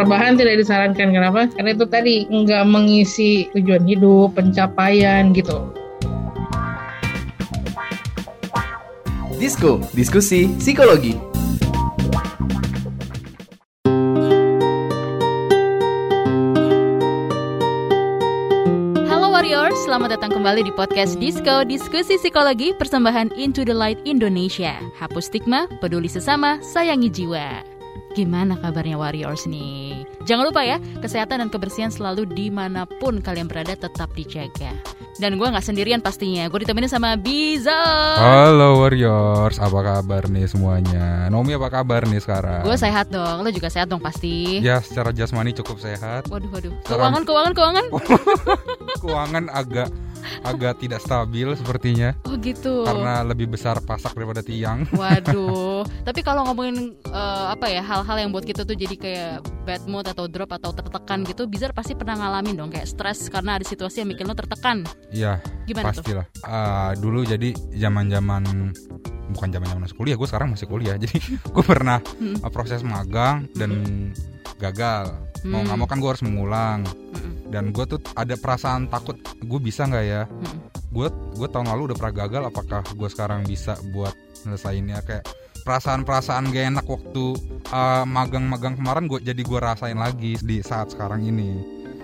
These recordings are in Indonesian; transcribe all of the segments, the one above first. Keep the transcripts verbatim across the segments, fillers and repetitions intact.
rebahan tidak disarankan. Kenapa? Karena itu tadi nggak mengisi tujuan hidup, pencapaian gitu. Disko, diskusi psikologi. Halo Warriors, selamat datang kembali di podcast Disko, diskusi psikologi persembahan Into the Light Indonesia. Hapus stigma, peduli sesama, sayangi jiwa. Gimana kabarnya Warriors nih? Jangan lupa ya, kesehatan dan kebersihan selalu dimanapun kalian berada tetap dijaga. Dan gue gak sendirian pastinya, gue ditemenin sama Bizar. Halo Warriors, apa kabar nih semuanya? Nomi apa kabar nih sekarang? Gue sehat dong, lo juga sehat dong pasti. Ya, secara jasmani cukup sehat. Waduh, waduh, Secara... keuangan, keuangan, keuangan Keuangan agak agak tidak stabil sepertinya. Oh gitu. Karena lebih besar pasak daripada tiang. Waduh. Tapi kalau ngomongin uh, apa ya, hal-hal yang buat kita tuh jadi kayak bad mood atau drop atau tertekan gitu, Bizar pasti pernah ngalamin dong kayak stres karena ada situasi yang bikin lo tertekan. Iya. Gimana pastilah. tuh? Uh, dulu jadi zaman-zaman bukan zaman-zaman masih kuliah, gue sekarang masih kuliah. Jadi gue pernah hmm. proses magang dan hmm. gagal. Hmm. Mau nggak mau kan gue harus mengulang. Hmm. Dan gue tuh ada perasaan takut, gue bisa nggak ya? Gue hmm. gue tahun lalu udah pernah gagal, apakah gue sekarang bisa buat nyelesainnya? Kayak perasaan-perasaan gak enak waktu uh, magang-magang kemarin gue jadi gue rasain lagi di saat sekarang ini.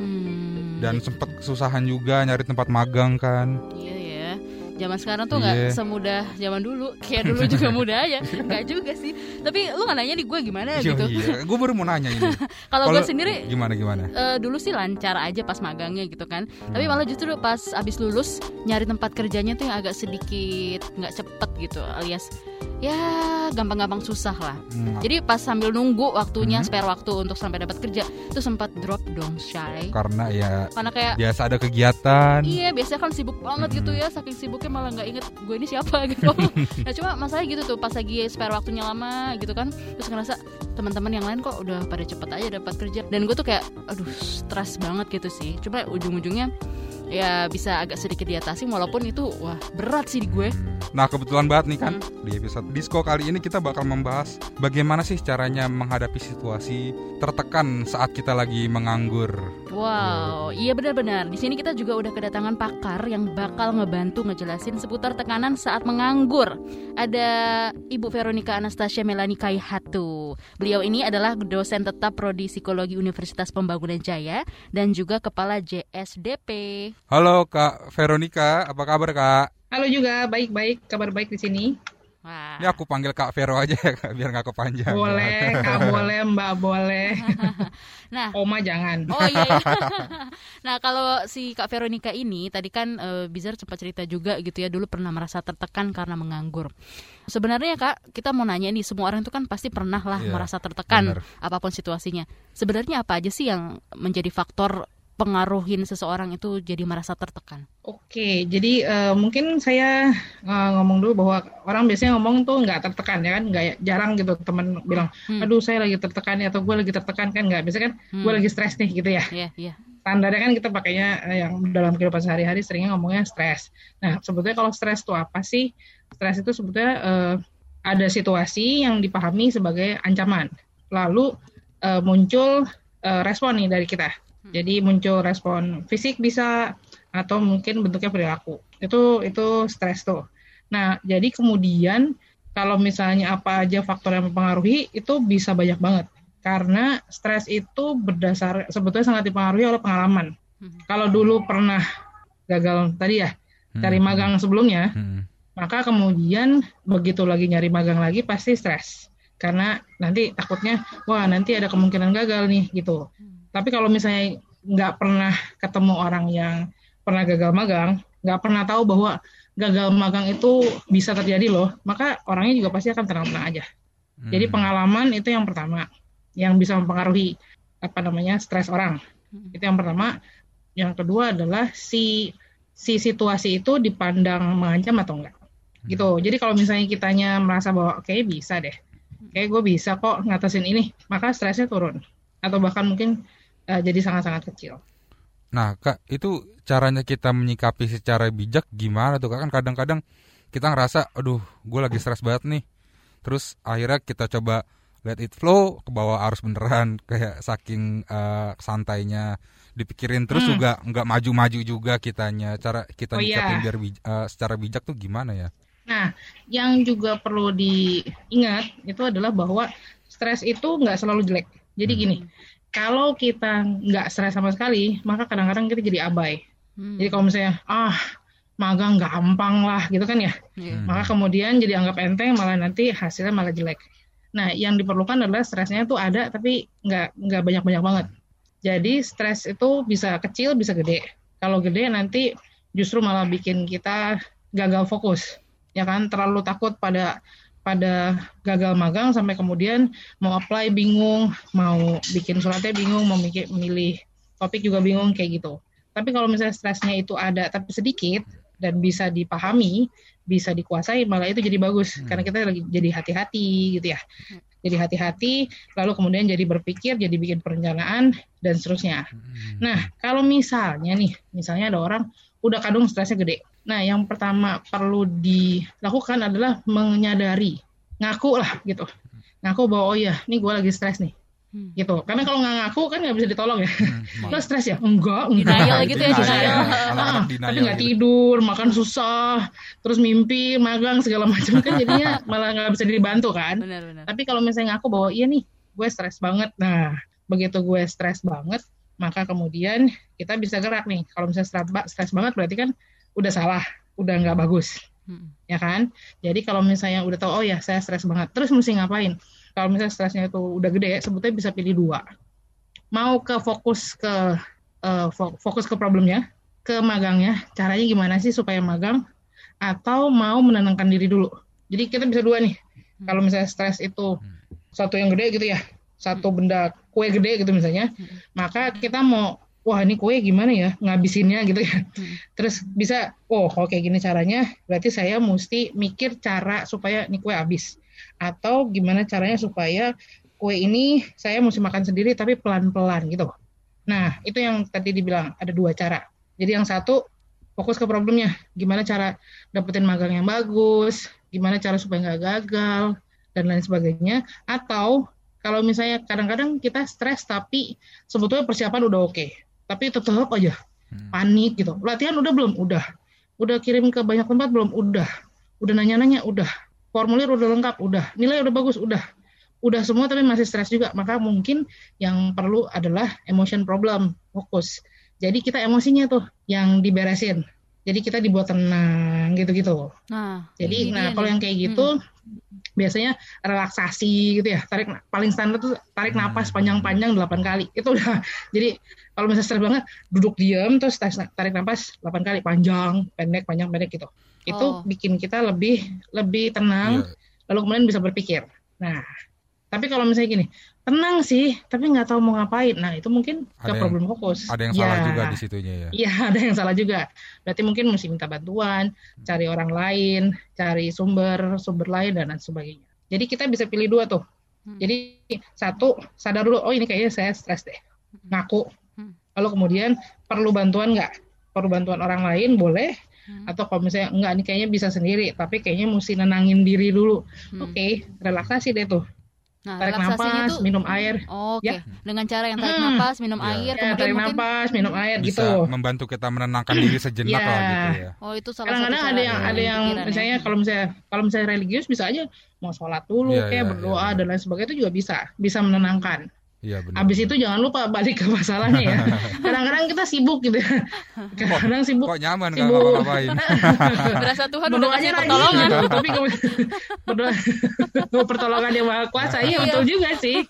Hmm. Dan sempet kesusahan juga nyari tempat magang kan. Iya ya, zaman sekarang tuh nggak yeah. semudah zaman dulu. Kayak dulu juga mudah aja, nggak juga sih. Tapi lu nggak nanya nih gue gimana Yo, gitu. Iya, gue baru mau nanya ini. Kalau gue sendiri gimana gimana? Uh, dulu sih lancar aja pas magangnya gitu kan. Hmm. Tapi malah justru pas abis lulus nyari tempat kerjanya tuh yang agak sedikit nggak cepet gitu, alias ya gampang-gampang susah lah. Hmm. Jadi pas sambil nunggu waktunya, hmm. spare waktu untuk sampai dapat kerja, itu sempat drop dong, Shay. Karena ya Karena kayak biasa ada kegiatan. Iya, biasanya kan sibuk banget hmm. gitu ya. Saking sibuknya malah nggak inget gue ini siapa gitu. Nah cuma masalahnya gitu tuh, pas lagi spare waktunya lama gitu kan, terus ngerasa teman-teman yang lain kok udah pada cepet aja dapat kerja. Dan gue tuh kayak aduh stres banget gitu sih. Cuma ujung-ujungnya ya bisa agak sedikit diatasi, walaupun itu wah berat sih di gue. Nah kebetulan banget nih kan hmm. di episode Disko kali ini kita bakal membahas bagaimana sih caranya menghadapi situasi tertekan saat kita lagi menganggur. Wow, iya benar-benar. Di sini kita juga udah kedatangan pakar yang bakal ngebantu ngejelasin seputar tekanan saat menganggur. Ada Ibu Veronica Anastasia Melani Kaihatu. Beliau ini adalah dosen tetap Prodi Psikologi Universitas Pembangunan Jaya dan juga Kepala J S D P. Halo Kak Veronica, apa kabar Kak? Halo juga, baik-baik, kabar baik di sini. Wah. Ini aku panggil Kak Vero aja ya Kak, biar gak kepanjangan. Boleh, Kak boleh, Mbak boleh. Nah, Oma jangan. Oh iya, iya. Nah kalau si Kak Veronica ini tadi kan uh, Bizar sempat cerita juga gitu ya, dulu pernah merasa tertekan karena menganggur. Sebenarnya Kak, kita mau nanya nih, semua orang itu kan pasti pernah lah yeah, merasa tertekan, bener. Apapun situasinya. Sebenarnya apa aja sih yang menjadi faktor pengaruhin seseorang itu jadi merasa tertekan? Oke, jadi uh, mungkin saya uh, ngomong dulu bahwa orang biasanya ngomong tuh nggak tertekan ya kan, nggak jarang gitu teman bilang, hmm. aduh saya lagi tertekan ya, atau gue lagi tertekan kan nggak, biasanya kan hmm. gue lagi stres nih gitu ya. Iya, iya. Standarnya kan kita pakainya uh, yang dalam kehidupan sehari-hari seringnya ngomongnya stres. Nah sebetulnya kalau stres itu apa sih? Stres itu sebetulnya uh, ada situasi yang dipahami sebagai ancaman, lalu uh, muncul uh, respon nih dari kita. Jadi muncul respon fisik bisa, atau mungkin bentuknya perilaku. Itu itu stres tuh. Nah, jadi kemudian kalau misalnya apa aja faktor yang mempengaruhi, itu bisa banyak banget. Karena stres itu berdasar sebetulnya sangat dipengaruhi oleh pengalaman. Hmm. Kalau dulu pernah gagal tadi ya, cari magang sebelumnya, hmm. maka kemudian begitu lagi nyari magang lagi pasti stres. Karena nanti takutnya, wah nanti ada kemungkinan gagal nih gitu. Tapi kalau misalnya nggak pernah ketemu orang yang pernah gagal magang, nggak pernah tahu bahwa gagal magang itu bisa terjadi loh, maka orangnya juga pasti akan tenang-tenang aja. Hmm. Jadi pengalaman itu yang pertama, yang bisa mempengaruhi apa namanya stres orang. Hmm. Itu yang pertama. Yang kedua adalah si si situasi itu dipandang mengancam atau enggak. Hmm. Gitu. Jadi kalau misalnya kitanya merasa bahwa oke okay, bisa deh, kayak gue bisa kok ngatasin ini, maka stresnya turun. Atau bahkan mungkin uh, jadi sangat-sangat kecil. Nah Kak, itu caranya kita menyikapi secara bijak gimana tuh Kak? Kan kadang-kadang kita ngerasa, aduh gue lagi stres banget nih. Terus akhirnya kita coba let it flow, ke bawah arus beneran, kayak saking uh, santainya dipikirin terus hmm. juga nggak maju-maju juga kitanya. Cara kita oh, nyikapin iya. biar bij- uh, secara bijak tuh gimana ya? Nah, yang juga perlu diingat itu adalah bahwa stres itu nggak selalu jelek. Jadi hmm. gini, kalau kita nggak stres sama sekali, maka kadang-kadang kita jadi abai. Hmm. Jadi kalau misalnya, ah magang gampang lah gitu kan ya, hmm. maka kemudian jadi anggap enteng, malah nanti hasilnya malah jelek. Nah, yang diperlukan adalah stresnya tuh ada, tapi nggak nggak banyak-banyak banget. Jadi stres itu bisa kecil, bisa gede. Kalau gede nanti justru malah bikin kita gagal fokus, ya kan? Terlalu takut pada pada gagal magang sampai kemudian mau apply bingung, mau bikin suratnya bingung, mau mikir, milih topik juga bingung kayak gitu. Tapi kalau misalnya stresnya itu ada tapi sedikit dan bisa dipahami, bisa dikuasai, malah itu jadi bagus hmm. karena kita lagi jadi hati-hati gitu ya. Jadi hati-hati, lalu kemudian jadi berpikir, jadi bikin perencanaan dan seterusnya. Hmm. Nah, kalau misalnya nih, misalnya ada orang udah kadung stresnya gede. Nah, yang pertama perlu dilakukan adalah menyadari, ngaku lah gitu. Ngaku bahwa oh iya, ini gue lagi stres nih. Hmm. Gitu. Karena kalau nggak ngaku kan nggak bisa ditolong ya. Hmm. Lo stres ya? Enggak, enggak. Denial gitu ya, denial. Ah, tapi nggak tidur, makan susah, terus mimpi, magang segala macam kan jadinya malah nggak bisa dibantu kan. Benar, benar. Tapi kalau misalnya ngaku bahwa iya nih, gue stres banget. Nah, begitu gue stres banget, maka kemudian kita bisa gerak nih. Kalau misalnya stres, stres banget berarti kan udah salah, udah nggak bagus. Hmm. Ya kan? Jadi kalau misalnya udah tahu, oh ya saya stres banget, terus mesti ngapain? Kalau misalnya stresnya itu udah gede, sebetulnya bisa pilih dua. Mau ke fokus ke uh, fokus ke problemnya, ke magangnya, caranya gimana sih supaya magang, atau mau menenangkan diri dulu. Jadi kita bisa dua nih. Hmm. Kalau misalnya stres itu satu yang gede gitu ya, satu benda kue gede gitu misalnya, hmm. maka kita mau, wah ini kue gimana ya ngabisinnya gitu ya. Hmm. Terus bisa, oh oke gini caranya, berarti saya mesti mikir cara supaya ini kue habis. Atau gimana caranya supaya kue ini saya mesti makan sendiri tapi pelan-pelan gitu. Nah, itu yang tadi dibilang ada dua cara. Jadi yang satu fokus ke problemnya, gimana cara dapetin magang yang bagus, gimana cara supaya nggak gagal dan lain sebagainya. Atau kalau misalnya kadang-kadang kita stres tapi sebetulnya persiapan udah oke, tapi tetap aja panik gitu. Latihan udah belum? Udah. Udah kirim ke banyak tempat belum? Udah. Udah nanya-nanya? Udah. Formulir udah lengkap, udah. Nilai udah bagus, udah. Udah semua tapi masih stres juga. Maka mungkin yang perlu adalah emotion problem, fokus. Jadi kita emosinya tuh yang diberesin. Jadi kita dibuat tenang gitu-gitu. Nah, jadi nah kalau yang kayak gitu hmm. biasanya relaksasi gitu ya. Tarik paling standar tuh tarik hmm. napas panjang-panjang delapan kali. Itu udah. Jadi kalau misalnya stres banget, duduk diam terus tarik napas delapan kali panjang, pendek, panjang, pendek gitu. Itu oh. bikin kita lebih lebih tenang, yeah. lalu kemudian bisa berpikir. Nah, tapi kalau misalnya gini, tenang sih, tapi nggak tahu mau ngapain. Nah, itu mungkin ke problem fokus. Ada yang ya. salah juga di situnya ya. Iya, ada yang salah juga. Berarti mungkin mesti minta bantuan, hmm. cari orang lain, cari sumber sumber lain dan lain sebagainya. Jadi kita bisa pilih dua tuh. Hmm. Jadi satu sadar dulu, oh ini kayaknya saya stres deh, ngaku. Hmm. Lalu kemudian perlu bantuan nggak? Perlu bantuan orang lain boleh. Hmm. Atau kalau misalnya enggak nih kayaknya bisa sendiri, tapi kayaknya mesti nenangin diri dulu. Hmm. Oke, okay, relaksasi deh tuh. Nah, tarik napas, itu, minum air. Oke, okay. ya. Dengan cara yang tarik hmm. napas, minum ya. air, ya, kemudian tarik mungkin napas, minum air bisa gitu. Membantu kita menenangkan diri sejenak ya. lah gitu ya. Oh, itu salah Kadang-kadang satu cara. ada yang ada yang misalnya ya. kalau misalnya kalau misalnya religius bisa aja mau sholat dulu, ya, kayak ya, berdoa ya. dan lain sebagainya itu juga bisa, bisa menenangkan. Iya benar. Abis itu jangan lupa balik ke masalahnya ya. Kadang-kadang kita sibuk gitu ya. Kadang sibuk. Kok nyaman nggak ngapa-ngapain. Berasa Tuhan udah kasih pertolongan. Gitu. Tapi berdoa pertolongan yang maha kuasa. Iya betul juga sih.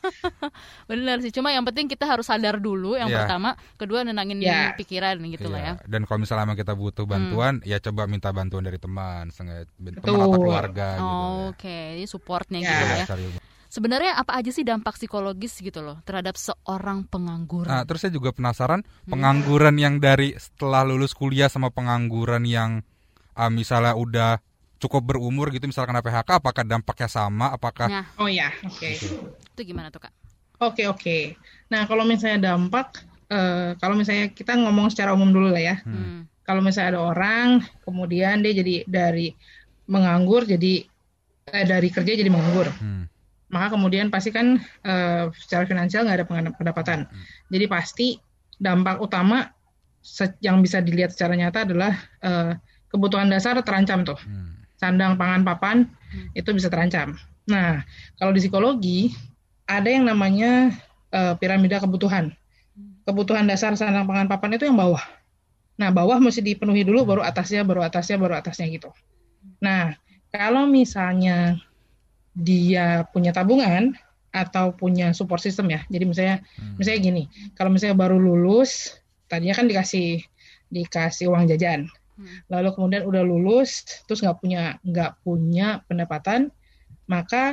Benar sih. Cuma yang penting kita harus sadar dulu. Yang yeah. pertama, kedua nenangin yeah. pikiran gitu yeah. lah ya. Dan kalau misalnya kita butuh bantuan, hmm. ya coba minta bantuan dari teman, teman atau keluarga. Oh, gitu ya. Oke, okay. supportnya yeah. gitu ya. Sebenarnya apa aja sih dampak psikologis gitu loh terhadap seorang pengangguran? Nah, terus saya juga penasaran hmm. pengangguran yang dari setelah lulus kuliah sama pengangguran yang uh, misalnya udah cukup berumur gitu, misalkan P H K, apakah dampaknya sama? Apakah? Nah. Oh ya, oke. Okay. Itu gimana tuh Kak? Oke okay, oke. Okay. Nah kalau misalnya dampak, uh, kalau misalnya kita ngomong secara umum dulu lah ya. Hmm. Kalau misalnya ada orang, kemudian dia jadi dari menganggur jadi eh, dari kerja jadi menganggur. Hmm. maka kemudian pasti kan uh, secara finansial nggak ada pendapatan. Jadi pasti dampak utama yang bisa dilihat secara nyata adalah uh, kebutuhan dasar terancam tuh. Sandang, pangan, papan itu bisa terancam. Nah, kalau di psikologi ada yang namanya uh, piramida kebutuhan. Kebutuhan dasar sandang, pangan, papan itu yang bawah. Nah, bawah mesti dipenuhi dulu, baru atasnya, baru atasnya, baru atasnya gitu. Nah, kalau misalnya dia punya tabungan atau punya support system ya. Jadi misalnya hmm. misalnya gini, kalau misalnya baru lulus, tadinya kan dikasih dikasih uang jajan. Hmm. Lalu kemudian udah lulus, terus nggak punya nggak punya pendapatan, maka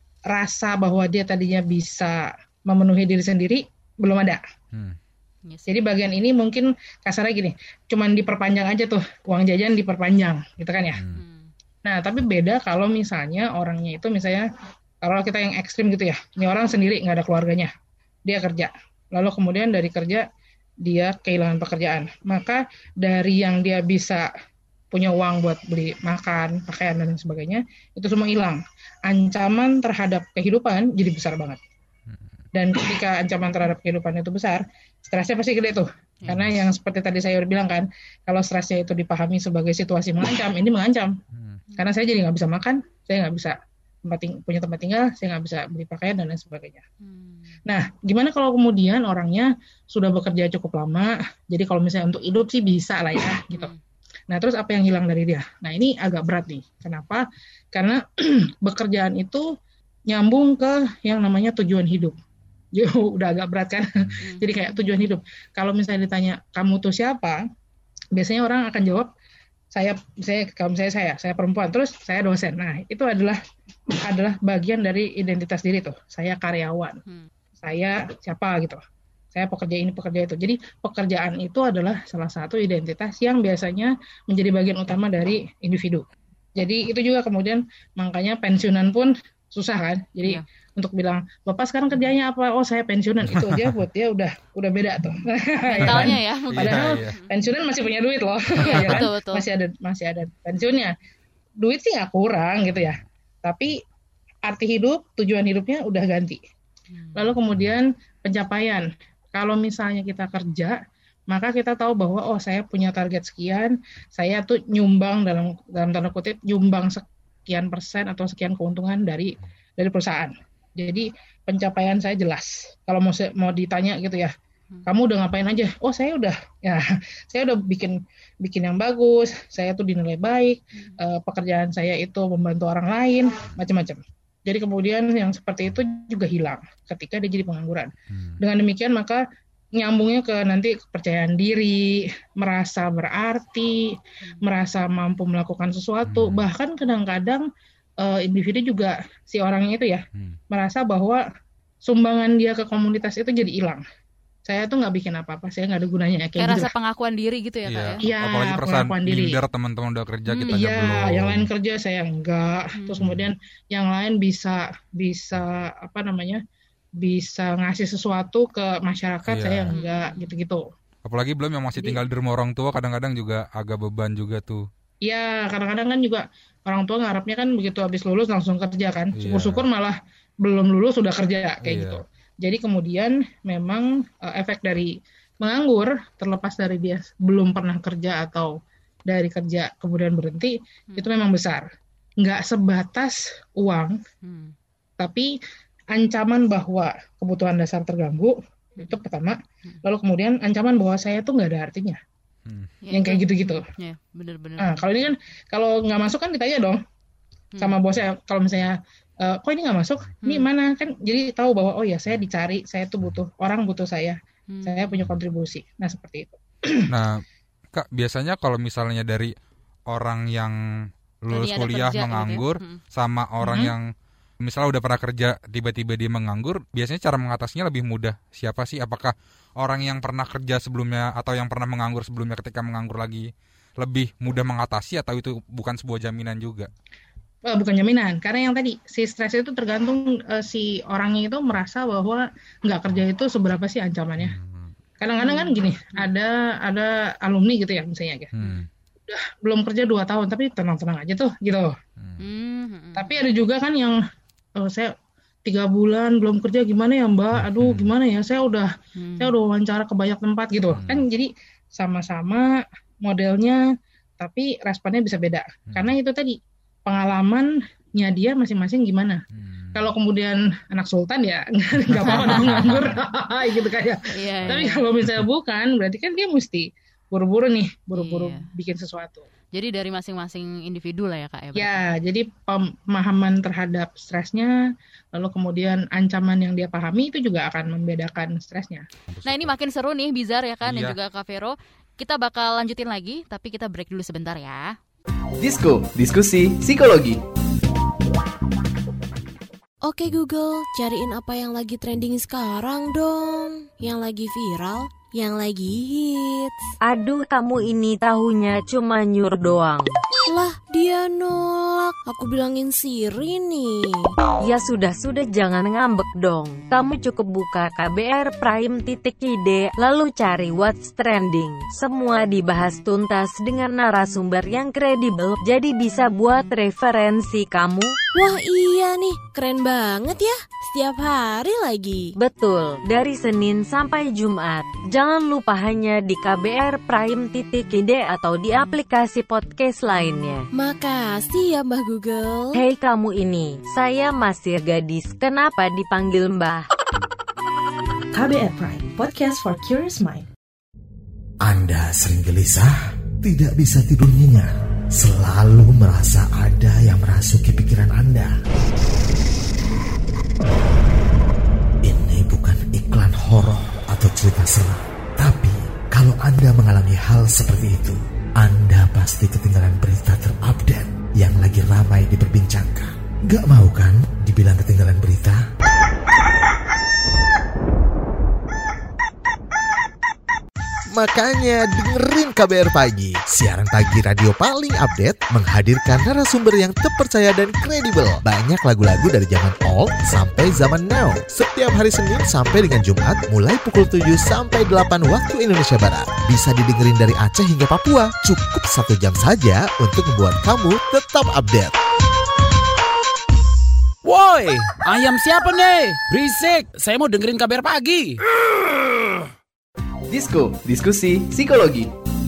rasa bahwa dia tadinya bisa memenuhi diri sendiri belum ada. Hmm. Yes. Jadi bagian ini mungkin kasarnya gini, cuman diperpanjang aja tuh, uang jajan diperpanjang, gitu kan ya. Hmm. Nah, tapi beda kalau misalnya orangnya itu misalnya, kalau kita yang ekstrim gitu ya, ini orang sendiri, nggak ada keluarganya, dia kerja, lalu kemudian dari kerja, dia kehilangan pekerjaan. Maka dari yang dia bisa punya uang buat beli makan, pakaian, dan sebagainya, itu semua hilang. Ancaman terhadap kehidupan jadi besar banget. Dan ketika ancaman terhadap kehidupan itu besar, stresnya pasti gede tuh. Karena yang seperti tadi saya udah bilang kan, kalau stresnya itu dipahami sebagai situasi mengancam, ini mengancam. Karena saya jadi nggak bisa makan, saya nggak bisa tempat ting- punya tempat tinggal, saya nggak bisa beli pakaian dan lain sebagainya. Hmm. Nah, gimana kalau kemudian orangnya sudah bekerja cukup lama, jadi kalau misalnya untuk hidup sih bisa lah ya, gitu. Nah, terus apa yang hilang dari dia? Nah, ini agak berat nih. Kenapa? Karena bekerjaan itu nyambung ke yang namanya tujuan hidup. Jadi udah agak berat kan? Hmm. Jadi kayak tujuan hidup. Kalau misalnya ditanya, kamu tuh siapa? Biasanya orang akan jawab, saya saya kalau misalnya saya saya perempuan terus saya dosen. Nah, itu adalah adalah bagian dari identitas diri tuh. Saya karyawan. Hmm. Saya siapa gitu. Saya pekerja ini, pekerja itu. Jadi pekerjaan itu adalah salah satu identitas yang biasanya menjadi bagian utama dari individu. Jadi itu juga kemudian makanya pensiunan pun susah kan. Jadi ya. Untuk bilang, Bapak sekarang kerjanya apa? Oh, saya pensiunan. Itu aja buat dia udah udah beda tuh. Mentalnya ya. Padahal iya, iya. pensiunan masih punya duit loh. Ya, ya kan? betul, betul. Masih ada masih ada pensiunnya. Duit sih nggak kurang gitu ya. Tapi arti hidup, tujuan hidupnya udah ganti. Lalu kemudian pencapaian. Kalau misalnya kita kerja, maka kita tahu bahwa oh saya punya target sekian, saya tuh nyumbang dalam dalam tanda kutip nyumbang sekian persen atau sekian keuntungan dari dari perusahaan. Jadi pencapaian saya jelas. Kalau mau mau ditanya gitu ya, kamu udah ngapain aja? Oh saya udah, ya saya udah bikin bikin yang bagus. Saya tuh dinilai baik. Uh, pekerjaan saya itu membantu orang lain, macam-macam. Jadi kemudian yang seperti itu juga hilang ketika dia jadi pengangguran. Hmm. Dengan demikian maka nyambungnya ke nanti kepercayaan diri, merasa berarti, hmm. merasa mampu melakukan sesuatu. Hmm. Bahkan kadang-kadang uh, individu juga si orangnya itu ya hmm. merasa bahwa sumbangan dia ke komunitas itu jadi hilang. Saya tuh nggak bikin apa-apa, saya nggak ada gunanya. Kayak, kayak rasa gitu pengakuan diri gitu ya, iya. Kak ya? Iya, apalagi perasaan minder teman-teman udah kerja, kita hmm, aja iya, belum. yang lain kerja saya enggak. Hmm. Terus kemudian yang lain bisa bisa apa namanya bisa ngasih sesuatu ke masyarakat, iya. saya enggak, gitu-gitu. Apalagi belum yang masih Jadi, tinggal di rumah orang tua, kadang-kadang juga agak beban juga tuh. Iya, kadang-kadang kan juga orang tua ngarepnya kan begitu habis lulus langsung kerja kan. Iya. Syukur-syukur malah belum lulus sudah kerja kayak iya. gitu. Jadi kemudian memang uh, efek dari menganggur, terlepas dari dia belum pernah kerja atau dari kerja kemudian berhenti, hmm. itu memang besar. Nggak sebatas uang, hmm. tapi ancaman bahwa kebutuhan dasar terganggu, itu pertama. Hmm. Lalu kemudian ancaman bahwa saya tuh nggak ada artinya. Hmm. Yang kayak gitu-gitu. Ya, benar-benar. Nah, kalau ini kan, kalau nggak masuk kan ditanya dong hmm. sama bosnya, kalau misalnya Uh, kok ini nggak masuk? Hmm. Ini mana kan? Jadi tahu bahwa oh ya saya dicari, saya tuh butuh orang butuh saya, hmm. saya punya kontribusi. Nah seperti itu. Nah, Kak biasanya kalau misalnya dari orang yang lulus Jadi kuliah menganggur, gitu ya? hmm. sama orang hmm. yang misalnya udah pernah kerja tiba-tiba dia menganggur, biasanya cara mengatasinya lebih mudah. Siapa sih? Apakah orang yang pernah kerja sebelumnya atau yang pernah menganggur sebelumnya ketika menganggur lagi lebih mudah mengatasi, atau itu bukan sebuah jaminan juga? Bukan jaminan, karena yang tadi si stres itu tergantung uh, si orangnya itu merasa bahwa nggak kerja itu seberapa sih ancamannya. Kadang-kadang kan gini, ada ada alumni gitu ya misalnya, hmm. udah belum kerja dua tahun tapi tenang-tenang aja tuh gitu. Hmm. Tapi ada juga kan yang oh, saya tiga bulan belum kerja gimana ya Mbak? Aduh gimana ya, saya udah hmm. saya udah wawancara ke banyak tempat gitu. Hmm. Kan jadi sama-sama modelnya, tapi responnya bisa beda. Hmm. Karena itu tadi pengalamannya dia masing-masing gimana. Hmm. Kalau kemudian anak sultan ya nggak apa-apa dong nganggur gitu kayak. Yeah, tapi yeah. kalau misalnya bukan, berarti kan dia mesti buru-buru nih, buru-buru yeah. bikin sesuatu. Jadi dari masing-masing individu lah ya Kak ya? Berarti. Ya, jadi pemahaman terhadap stresnya, lalu kemudian ancaman yang dia pahami itu juga akan membedakan stresnya. Nah ini makin seru nih Bizar ya kan, iya. dan juga Kak Vero. Kita bakal lanjutin lagi, tapi kita break dulu sebentar ya. Disko, diskusi psikologi. Oke Google, cariin apa yang lagi trending sekarang dong. Yang lagi viral, yang lagi hits. Aduh, kamu ini tahunya cuma nyur doang. Lah, dia nolak. Aku bilangin Siri nih. Ya sudah-sudah, jangan ngambek dong. Kamu cukup buka K B R Prime titik I D, lalu cari What's Trending. Semua dibahas tuntas dengan narasumber yang kredibel, jadi bisa buat referensi kamu. Wah iya nih, keren banget ya. Setiap hari lagi. Betul, dari Senin sampai Jumat. Jangan lupa hanya di K B R Prime titik I D atau di aplikasi podcast lainnya. Makasih ya Mbah Google. Hei kamu ini, saya masih gadis, kenapa dipanggil Mbah? K B R Prime, podcast for curious mind. Anda sering gelisah, tidak bisa tidur nyenyak, selalu merasa ada yang merasuki pikiran Anda. Ini bukan iklan horor atau cerita seram, tapi kalau Anda mengalami hal seperti itu, Anda pasti ketinggalan berita terupdate yang lagi ramai diperbincangkan. Gak mau kan dibilang ketinggalan berita? Makanya dengerin K B R Pagi, siaran pagi radio paling update, menghadirkan narasumber yang terpercaya dan kredibel. Banyak lagu-lagu dari zaman old sampai zaman now. Setiap hari Senin sampai dengan Jumat, mulai pukul tujuh sampai delapan waktu Indonesia Barat. Bisa didengerin dari Aceh hingga Papua. Cukup satu jam saja untuk membuat kamu tetap update. Woi, ayam siapa nih? Berisik, saya mau dengerin K B R Pagi. Disko, diskusi psikologi.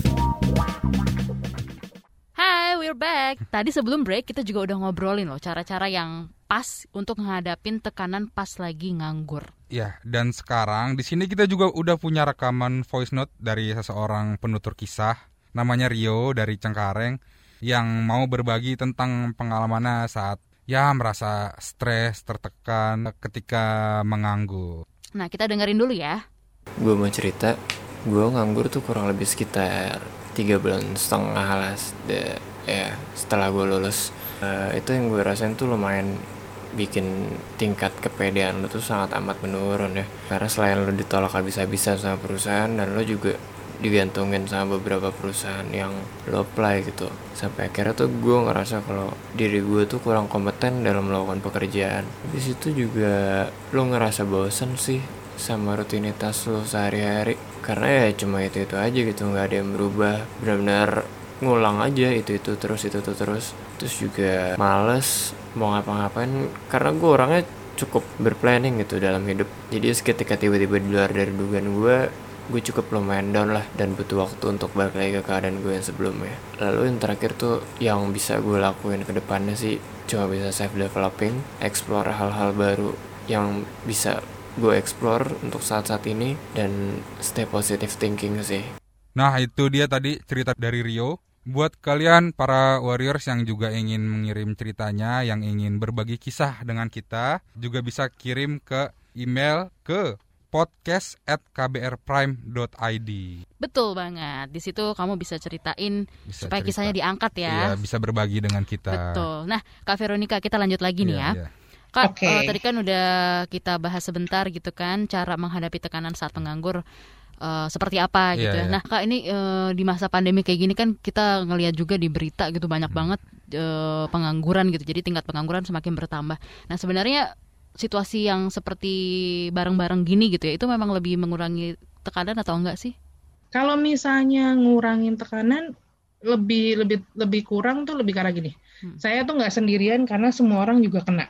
Hai, we're back. Tadi sebelum break kita juga udah ngobrolin loh cara-cara yang pas untuk menghadapin tekanan pas lagi nganggur. Ya, dan sekarang di sini kita juga udah punya rekaman voice note dari seseorang penutur kisah, namanya Rio dari Cengkareng, yang mau berbagi tentang pengalamannya saat ya merasa stres, tertekan ketika menganggur. Nah, kita dengerin dulu ya. Gue mau cerita, gue nganggur tuh kurang lebih sekitar tiga bulan setengah lah de, ya, setelah gue lulus. uh, Itu yang gue rasain tuh lumayan bikin tingkat kepedean lo tuh sangat amat menurun ya. Karena selain lo ditolak habis-habisan sama perusahaan, dan lo juga digantungin sama beberapa perusahaan yang lo apply gitu. Sampai akhirnya tuh gue ngerasa kalau diri gue tuh kurang kompeten dalam melakukan pekerjaan. Di situ juga lo ngerasa bosan sih sama rutinitas lo sehari-hari, karena ya cuma itu-itu aja gitu, nggak ada yang berubah, benar-benar ngulang aja itu-itu terus itu-itu terus. Terus juga males mau ngapa-ngapain, karena gue orangnya cukup berplanning gitu dalam hidup. Jadi seketika tiba-tiba di luar dari dugaan gue, gue cukup lumayan down lah, dan butuh waktu untuk balik lagi ke keadaan gue yang sebelumnya. Lalu yang terakhir tuh yang bisa gue lakuin ke depannya sih cuma bisa self developing, explore hal-hal baru yang bisa gue explore untuk saat-saat ini, dan stay positive thinking sih. Nah itu dia tadi cerita dari Rio. Buat kalian para warriors yang juga ingin mengirim ceritanya, yang ingin berbagi kisah dengan kita, juga bisa kirim ke email ke podcast at k b r prime dot i d. Betul banget. Di situ kamu bisa ceritain bisa supaya cerita. Kisahnya diangkat ya. Iya, bisa berbagi dengan kita. Betul. Nah, Kak Veronica, kita lanjut lagi nih ya. Iya. Kak, okay. uh, tadi kan udah kita bahas sebentar gitu kan, cara menghadapi tekanan saat menganggur uh, seperti apa gitu yeah, ya. Yeah. Nah Kak, ini uh, di masa pandemi kayak gini kan kita ngelihat juga di berita gitu banyak hmm. banget uh, pengangguran gitu. Jadi tingkat pengangguran semakin bertambah. Nah sebenarnya situasi yang seperti bareng-bareng gini gitu ya, itu memang lebih mengurangi tekanan atau enggak sih? Kalau misalnya ngurangin tekanan, lebih lebih lebih kurang tuh lebih karena gini. Hmm. Saya tuh nggak sendirian karena semua orang juga kena.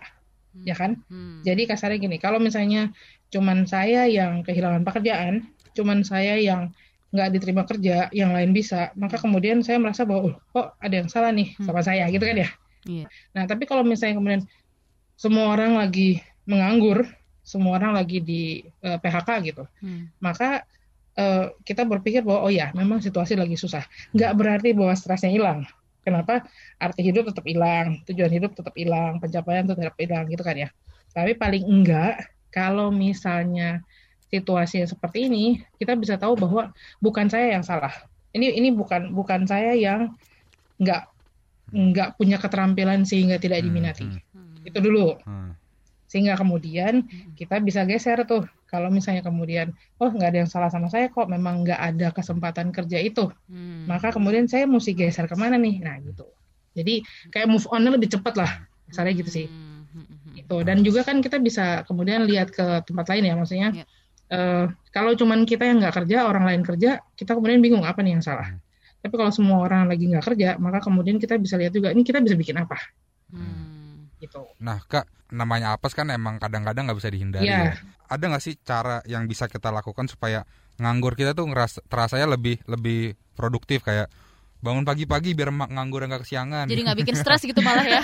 ya kan? Hmm. Jadi kasarnya gini, kalau misalnya cuman saya yang kehilangan pekerjaan, cuman saya yang nggak diterima kerja, yang lain bisa, maka kemudian saya merasa bahwa, oh, kok ada yang salah nih sama saya, gitu kan ya? Yeah. Nah, tapi kalau misalnya kemudian semua orang lagi menganggur, semua orang lagi di uh, P H K gitu, hmm. maka uh, kita berpikir bahwa, oh ya, memang situasi lagi susah. Nggak berarti bahwa stresnya hilang. Kenapa? Arti hidup tetap hilang, tujuan hidup tetap hilang, pencapaian tetap hilang, gitu kan ya? Tapi paling enggak, kalau misalnya situasi yang seperti ini, kita bisa tahu bahwa bukan saya yang salah. Ini ini bukan bukan saya yang nggak nggak punya keterampilan sehingga tidak diminati. Hmm, hmm. Itu dulu. Hmm. Sehingga kemudian kita bisa geser tuh. Kalau misalnya kemudian, oh nggak ada yang salah sama saya kok, memang nggak ada kesempatan kerja itu. Hmm. Maka kemudian saya mesti geser kemana nih? Nah gitu. Jadi kayak move on-nya lebih cepat lah. Misalnya gitu sih. Hmm. Itu. Dan juga kan kita bisa kemudian lihat ke tempat lain ya, maksudnya. Yeah. Uh, kalau cuman kita yang nggak kerja, orang lain kerja, kita kemudian bingung apa nih yang salah. Hmm. Tapi kalau semua orang lagi nggak kerja, maka kemudian kita bisa lihat juga, ini kita bisa bikin apa. Hmm. Gitu. Nah Kak, namanya apes kan emang kadang-kadang nggak bisa dihindari. Yeah. Ya. Ada nggak sih cara yang bisa kita lakukan supaya nganggur kita tuh ngerasa terasanya lebih lebih produktif, kayak bangun pagi-pagi biar nganggur nggak kesiangan. Jadi nggak bikin stres gitu malah ya.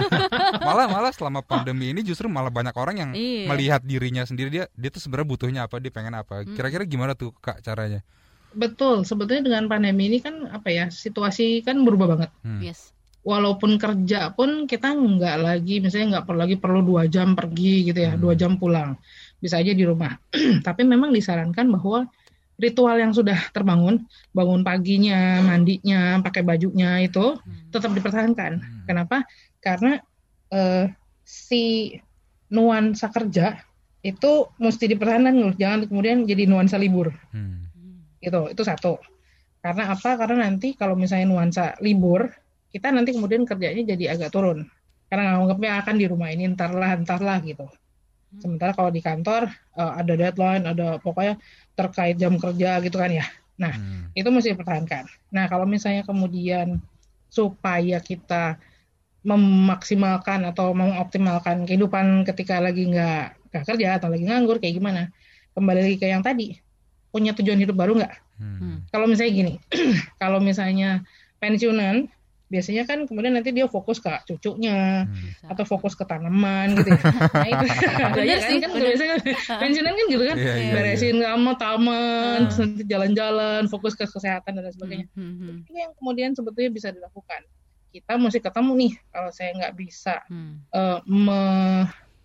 malah malah selama pandemi ini justru malah banyak orang yang iya. melihat dirinya sendiri, dia dia tuh sebenarnya butuhnya apa, dia pengen apa. Kira-kira gimana tuh Kak caranya? Betul, sebetulnya dengan pandemi ini kan apa ya, situasi kan berubah banget. Hmm. Yes. Walaupun kerja pun kita nggak lagi, misalnya nggak perlu lagi perlu dua jam pergi gitu ya, dua hmm. jam pulang, bisa aja di rumah. Tapi memang disarankan bahwa ritual yang sudah terbangun, bangun paginya, mandinya, pakai bajunya itu hmm. tetap dipertahankan. Hmm. Kenapa? Karena uh, si nuansa kerja itu mesti dipertahankan loh, jangan kemudian jadi nuansa libur. Hmm. Itu, itu satu. Karena apa? Karena nanti kalau misalnya nuansa libur, kita nanti kemudian kerjanya jadi agak turun. Karena nganggapnya akan di rumah ini entarlah, entarlah gitu. Sementara kalau di kantor uh, ada deadline, ada pokoknya terkait jam kerja gitu kan ya. Nah, hmm. itu mesti dipertahankan. Nah, kalau misalnya kemudian supaya kita memaksimalkan atau mengoptimalkan kehidupan ketika lagi nggak nggak kerja atau lagi nganggur, kayak gimana? Kembali lagi ke yang tadi, punya tujuan hidup baru nggak? Hmm. Kalau misalnya gini, kalau misalnya pensiunan, biasanya kan kemudian nanti dia fokus ke cucunya hmm. atau fokus ke tanaman gitu ya. Nah itu ya kan, kan biasanya pensiunan kan gitu kan, yeah, yeah, beresin yeah. kamar, taman, hmm. nanti jalan-jalan, fokus ke kesehatan dan sebagainya. Hmm. Itu yang kemudian sebetulnya bisa dilakukan. Kita mesti ketemu nih, kalau saya nggak bisa hmm. uh, me-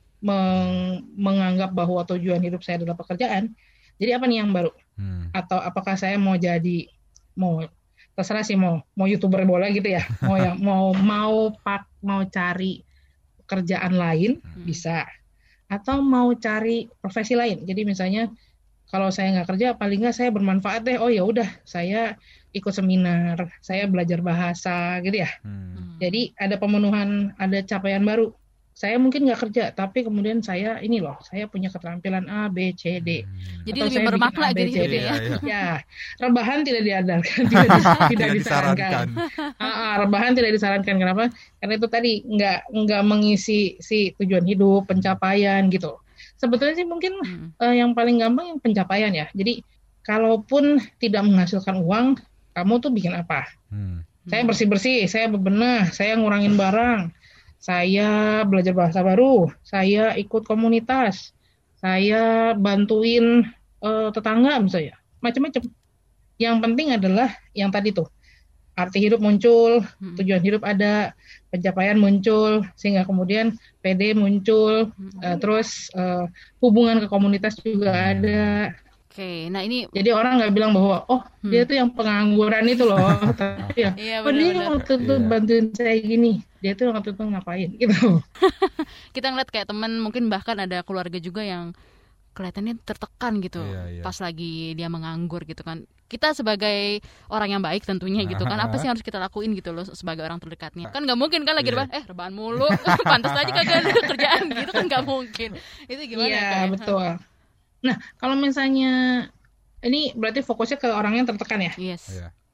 meng- menganggap bahwa tujuan hidup saya adalah pekerjaan, jadi apa nih yang baru? Hmm. Atau apakah saya mau jadi mau terserah sih, mau mau YouTuber bola gitu ya, mau yang mau mau pak mau cari kerjaan lain hmm. bisa, atau mau cari profesi lain. Jadi misalnya kalau saya nggak kerja, paling nggak saya bermanfaat deh. Oh ya udah, saya ikut seminar, saya belajar bahasa gitu ya. Hmm. Jadi ada pemenuhan, ada capaian baru. Saya mungkin nggak kerja, tapi kemudian saya ini loh, saya punya keterampilan A, B, C, D. Hmm. Jadi lebih bermakna gitu ya. Ya, ya, rebahan tidak diadarkan, tidak, tidak disarankan. Ah, rebahan tidak disarankan. Kenapa? Karena itu tadi nggak nggak mengisi si tujuan hidup, pencapaian gitu. Sebetulnya sih mungkin hmm. uh, yang paling gampang yang pencapaian ya. Jadi kalaupun tidak menghasilkan uang, kamu tuh bikin apa? Hmm. Saya bersih-bersih, saya bebenah, saya ngurangin barang. Saya belajar bahasa baru, saya ikut komunitas, saya bantuin uh, tetangga misalnya, macam-macam. Yang penting adalah yang tadi tuh, arti hidup muncul, hmm. tujuan hidup ada, pencapaian muncul, sehingga kemudian P D muncul, hmm. uh, terus uh, hubungan ke komunitas juga ada. Oke, nah ini jadi orang nggak bilang bahwa oh hmm. dia tuh yang pengangguran itu loh, tapi ya, iya, oh dia waktu itu iya. bantuin saya gini, dia tuh waktu itu ngapain gitu. Kita ngeliat kayak teman, mungkin bahkan ada keluarga juga yang kelihatannya tertekan gitu iya, iya. pas lagi dia menganggur gitu kan. Kita sebagai orang yang baik tentunya gitu kan, apa sih yang harus kita lakuin gitu loh sebagai orang terdekatnya. Kan nggak mungkin kan lagi iya. rebahan, eh rebahan mulu, pantas aja kagak ada kerjaan gitu kan, nggak mungkin. Itu gimana? Iya kayak? Betul. Nah, kalau misalnya ini berarti fokusnya ke orang yang tertekan ya? Yes.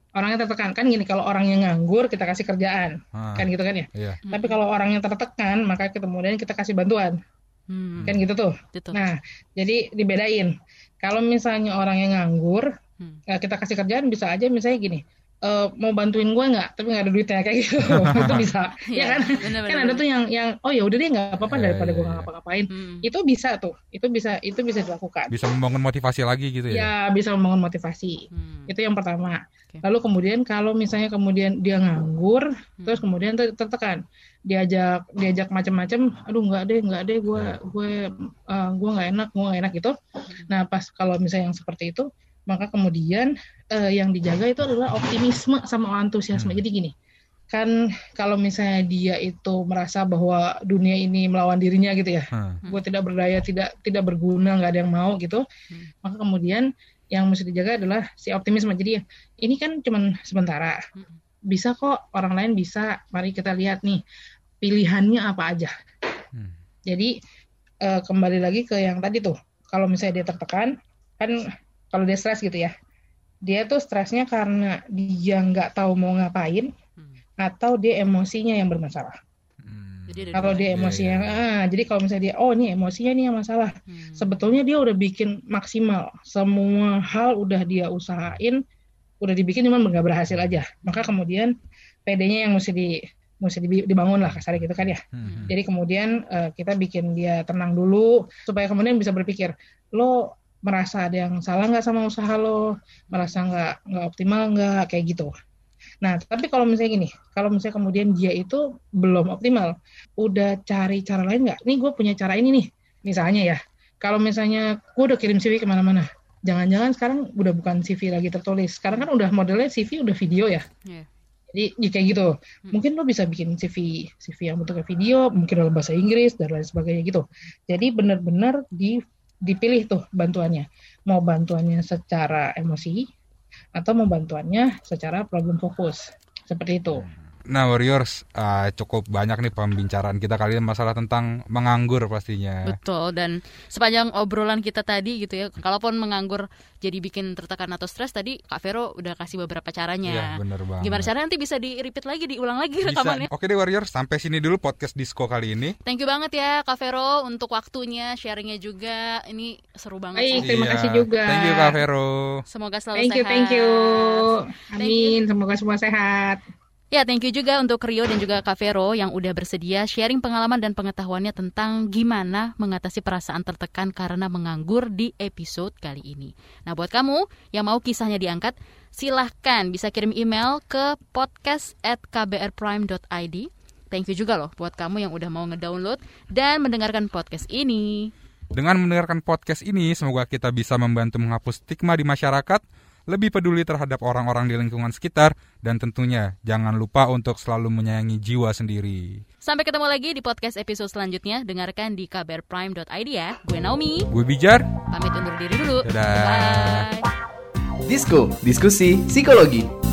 orangnya tertekan kan gini, kalau orang yang nganggur kita kasih kerjaan, ah, kan gitu kan ya. Iya. Tapi kalau orang yang tertekan maka kemudian kita kasih bantuan, hmm. kan gitu tuh. Betul. Nah, jadi dibedain. Kalau misalnya orang yang nganggur, hmm. kita kasih kerjaan bisa aja misalnya gini. Uh, mau bantuin gue nggak, tapi nggak ada duitnya kayak gitu, itu bisa, ya kan? Bener, kan bener, ada tuh yang yang oh ya udah deh nggak apa-apa daripada yeah, gue nggak ngapa-ngapain, hmm. itu bisa tuh, itu bisa itu bisa dilakukan. Bisa membangun motivasi lagi gitu ya? Ya bisa membangun motivasi, hmm. itu yang pertama. Okay. Lalu kemudian kalau misalnya kemudian dia nganggur, hmm. terus kemudian tertekan, diajak diajak macam-macam, aduh nggak deh nggak deh gue gue uh, gue nggak enak gue nggak enak gitu. Hmm. Nah pas kalau misalnya yang seperti itu, maka kemudian uh, yang dijaga itu adalah optimisme sama antusiasme. Hmm. Jadi gini, kan kalau misalnya dia itu merasa bahwa dunia ini melawan dirinya gitu ya, hmm. gue tidak berdaya, tidak tidak berguna, nggak ada yang mau gitu, hmm. maka kemudian yang mesti dijaga adalah si optimisme. Jadi ini kan cuma sementara, bisa kok, orang lain bisa, mari kita lihat nih pilihannya apa aja. Hmm. Jadi uh, kembali lagi ke yang tadi tuh, kalau misalnya dia tertekan, kan kalau dia stres gitu ya, dia tuh stresnya karena dia nggak tahu mau ngapain, hmm. atau dia emosinya yang bermasalah. Hmm. Kalau dia emosinya, yeah, yeah. ah, jadi kalau misalnya dia, oh ini emosinya nih yang masalah, hmm. sebetulnya dia udah bikin maksimal, semua hal udah dia usahain, udah dibikin cuman nggak berhasil aja. Maka kemudian P D-nya yang mesti di mesti dibangun lah kasarnya gitu kan ya. Hmm. Jadi kemudian uh, kita bikin dia tenang dulu supaya kemudian bisa berpikir, lo merasa ada yang salah nggak sama usaha lo, merasa nggak nggak optimal nggak, kayak gitu. Nah tapi kalau misalnya gini, kalau misalnya kemudian dia itu belum optimal, udah cari cara lain nggak? Nih gue punya cara ini nih, misalnya ya. Kalau misalnya gue udah kirim C V kemana-mana, jangan-jangan sekarang udah bukan C V lagi tertulis, sekarang kan udah modelnya C V udah video ya. Yeah. Jadi ya kayak gitu. Hmm. Mungkin lo bisa bikin C V C V yang bentuknya video, mungkin dalam bahasa Inggris dan lain sebagainya gitu. Jadi benar-benar di dipilih tuh bantuannya, mau bantuannya secara emosi atau mau bantuannya secara problem fokus, seperti itu. Nah Warriors, uh, cukup banyak nih pembicaraan kita kali ini masalah tentang menganggur pastinya. Betul, dan sepanjang obrolan kita tadi gitu ya, kalaupun menganggur jadi bikin tertekan atau stres, tadi Kak Vero udah kasih beberapa caranya. Iya bener banget. Gimana caranya nanti bisa di-repeat lagi, diulang lagi rekamannya. Oke deh Warriors, sampai sini dulu podcast Disco kali ini. Thank you banget ya Kak Vero untuk waktunya, sharingnya juga. Ini seru banget. Baik, terima iya. kasih juga. Thank you Kak Vero. Semoga selalu thank you, sehat. Thank you, thank you. Amin, semoga semua sehat. Ya, thank you juga untuk Rio dan juga Kak Vero yang udah bersedia sharing pengalaman dan pengetahuannya tentang gimana mengatasi perasaan tertekan karena menganggur di episode kali ini. Nah, buat kamu yang mau kisahnya diangkat, silahkan bisa kirim email ke podcast at k b r prime dot i d. Thank you juga loh buat kamu yang udah mau ngedownload dan mendengarkan podcast ini. Dengan mendengarkan podcast ini, semoga kita bisa membantu menghapus stigma di masyarakat, lebih peduli terhadap orang-orang di lingkungan sekitar, dan tentunya jangan lupa untuk selalu menyayangi jiwa sendiri. Sampai ketemu lagi di podcast episode selanjutnya. Dengarkan di k b r prime dot i d ya. Gue Naomi. Gue Bijar. Pamit undur diri dulu. Dadah. Bye. Disko, diskusi psikologi.